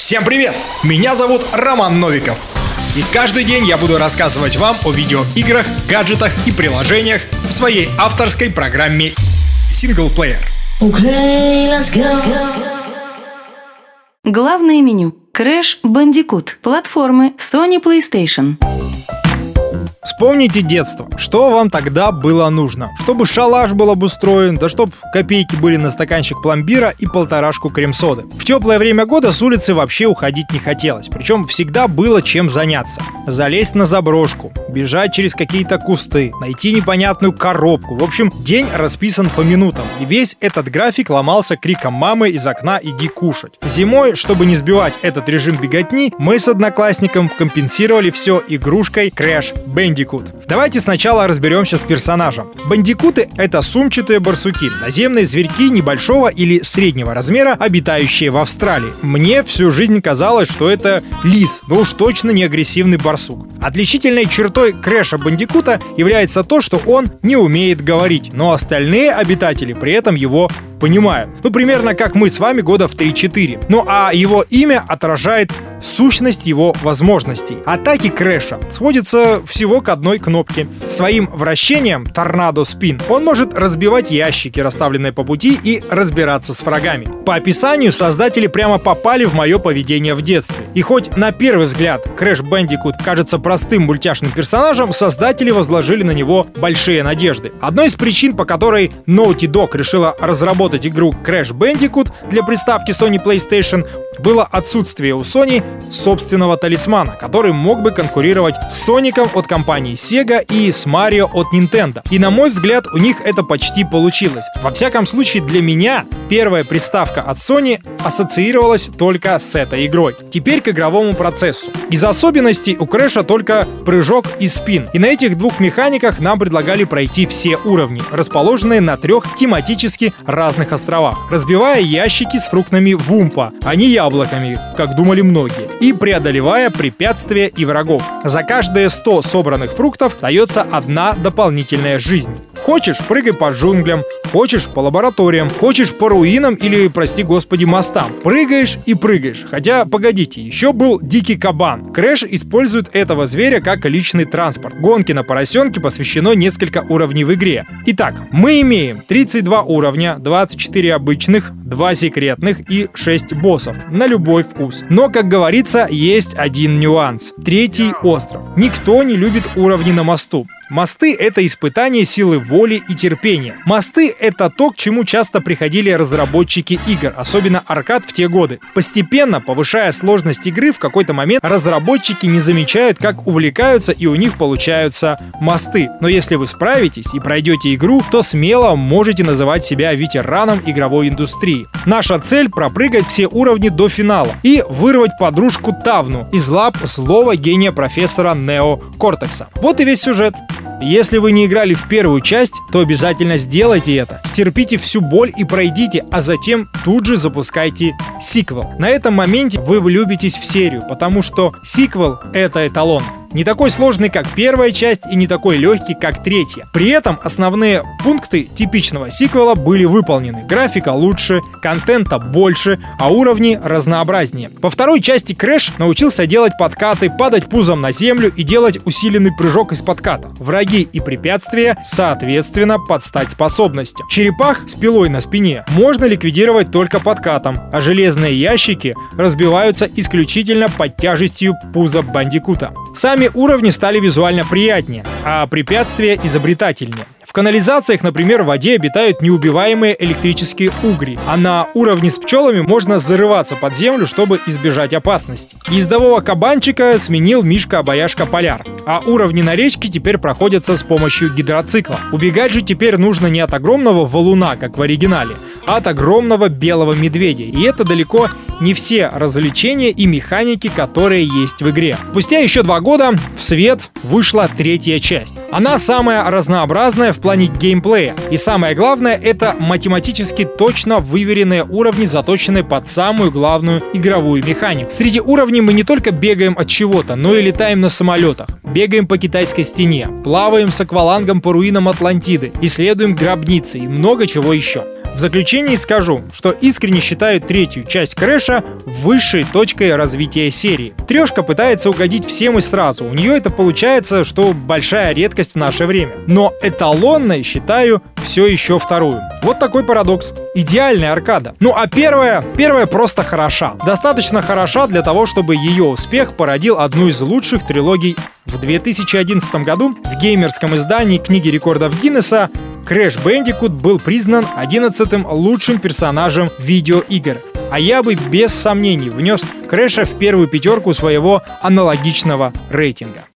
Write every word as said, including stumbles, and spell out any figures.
Всем привет! Меня зовут Роман Новиков. И каждый день я буду рассказывать вам о видеоиграх, гаджетах и приложениях в своей авторской программе «Синглплеер». Okay, let's go. Главное меню. Crash Bandicoot. Платформы Sony PlayStation. Вспомните детство. Что вам тогда было нужно? Чтобы шалаш был обустроен, да чтоб копейки были на стаканчик пломбира и полторашку крем-соды. В теплое время года с улицы вообще уходить не хотелось. Причем всегда было чем заняться. Залезть на заброшку, бежать через какие-то кусты, найти непонятную коробку. В общем, день расписан по минутам. И весь этот график ломался криком мамы из окна «иди кушать». Зимой, чтобы не сбивать этот режим беготни, мы с одноклассником компенсировали все игрушкой Crash Bandicoot. Давайте сначала разберемся с персонажем. Бандикуты — это сумчатые барсуки, наземные зверьки небольшого или среднего размера, обитающие в Австралии. Мне всю жизнь казалось, что это лис, но уж точно не агрессивный барсук. Отличительной чертой Крэша Бандикута является то, что он не умеет говорить, но остальные обитатели при этом его понимают. Ну, примерно как мы с вами года в три-четыре. Ну, а его имя отражает сущность его возможностей. Атаки Крэша сводятся всего к одной кнопке. Своим вращением торнадо спин он может разбивать ящики, расставленные по пути, и разбираться с врагами. По описанию создатели прямо попали в мое поведение в детстве. И хоть на первый взгляд Crash Bandicoot кажется простым мультяшным персонажем, создатели возложили на него большие надежды. Одной из причин, по которой Naughty Dog решила разработать игру Crash Bandicoot для приставки Sony PlayStation, было отсутствие у Sony собственного талисмана, который мог бы конкурировать с Соником от компании Sega и с Марио от Nintendo. И на мой взгляд, у них это почти получилось. Во всяком случае, для меня первая приставка от Sony ассоциировалась только с этой игрой. Теперь к игровому процессу. Из особенностей у Крэша только прыжок и спин. И на этих двух механиках нам предлагали пройти все уровни, расположенные на трех тематически разных островах, разбивая ящики с фруктами Вумпа, а не яблоками, как думали многие, и преодолевая препятствия и врагов. За каждые сто собранных фруктов дается одна дополнительная жизнь. Хочешь — прыгай по джунглям, хочешь — по лабораториям, хочешь — по руинам или, прости господи, мостам. Прыгаешь и прыгаешь. Хотя, погодите, еще был дикий кабан. Крэш использует этого зверя как личный транспорт. Гонки на поросенке посвящено несколько уровней в игре. Итак, мы имеем тридцать два уровня, двадцать четыре обычных, два секретных и шесть боссов. На любой вкус. Но, как говорится, есть один нюанс. Третий остров. Никто не любит уровни на мосту. Мосты — это испытание силы воли и терпения. Мосты — это то, к чему часто приходили разработчики игр, особенно аркад в те годы. Постепенно, повышая сложность игры, в какой-то момент разработчики не замечают, как увлекаются, и у них получаются мосты. Но если вы справитесь и пройдете игру, то смело можете называть себя ветераном игровой индустрии. Наша цель — пропрыгать все уровни до финала и вырвать подружку Тавну из лап злого гения профессора Нео Кортекса. Вот и весь сюжет. Если вы не играли в первую часть, то обязательно сделайте это. Стерпите всю боль и пройдите, а затем тут же запускайте сиквел. На этом моменте вы влюбитесь в серию, потому что сиквел — это эталон. Не такой сложный, как первая часть, и не такой легкий, как третья. При этом основные пункты типичного сиквела были выполнены. Графика лучше, контента больше, а уровни разнообразнее. Во второй части Крэш научился делать подкаты, падать пузом на землю и делать усиленный прыжок из подката. Враги и препятствия, соответственно, под стать способностям. Черепах с пилой на спине можно ликвидировать только подкатом, а железные ящики разбиваются исключительно под тяжестью пуза Бандикута. Сами уровни стали визуально приятнее, а препятствия изобретательнее. В канализациях, например, в воде обитают неубиваемые электрические угри, а на уровне с пчелами можно зарываться под землю, чтобы избежать опасности. Ездового кабанчика сменил Мишка-обаяшка Поляр, а уровни на речке теперь проходятся с помощью гидроцикла. Убегать же теперь нужно не от огромного валуна, как в оригинале, а от огромного белого медведя. И это далеко не все развлечения и механики, которые есть в игре. Спустя еще два года в свет вышла третья часть. Она самая разнообразная в плане геймплея. И самое главное, это математически точно выверенные уровни, заточенные под самую главную игровую механику. Среди уровней мы не только бегаем от чего-то, но и летаем на самолетах. Бегаем по китайской стене, плаваем с аквалангом по руинам Атлантиды, исследуем гробницы и много чего еще. В заключение скажу, что искренне считаю третью часть Крэша высшей точкой развития серии. Трешка пытается угодить всем и сразу. У нее это получается, что большая редкость в наше время. Но эталонной считаю все еще вторую. Вот такой парадокс. Идеальная аркада. Ну а первая, первая просто хороша. Достаточно хороша для того, чтобы ее успех породил одну из лучших трилогий. В две тысячи одиннадцатом году в геймерском издании книги рекордов Гиннесса Crash Bandicoot был признан одиннадцатым лучшим персонажем видеоигр. А я бы без сомнений внес Крэша в первую пятерку своего аналогичного рейтинга.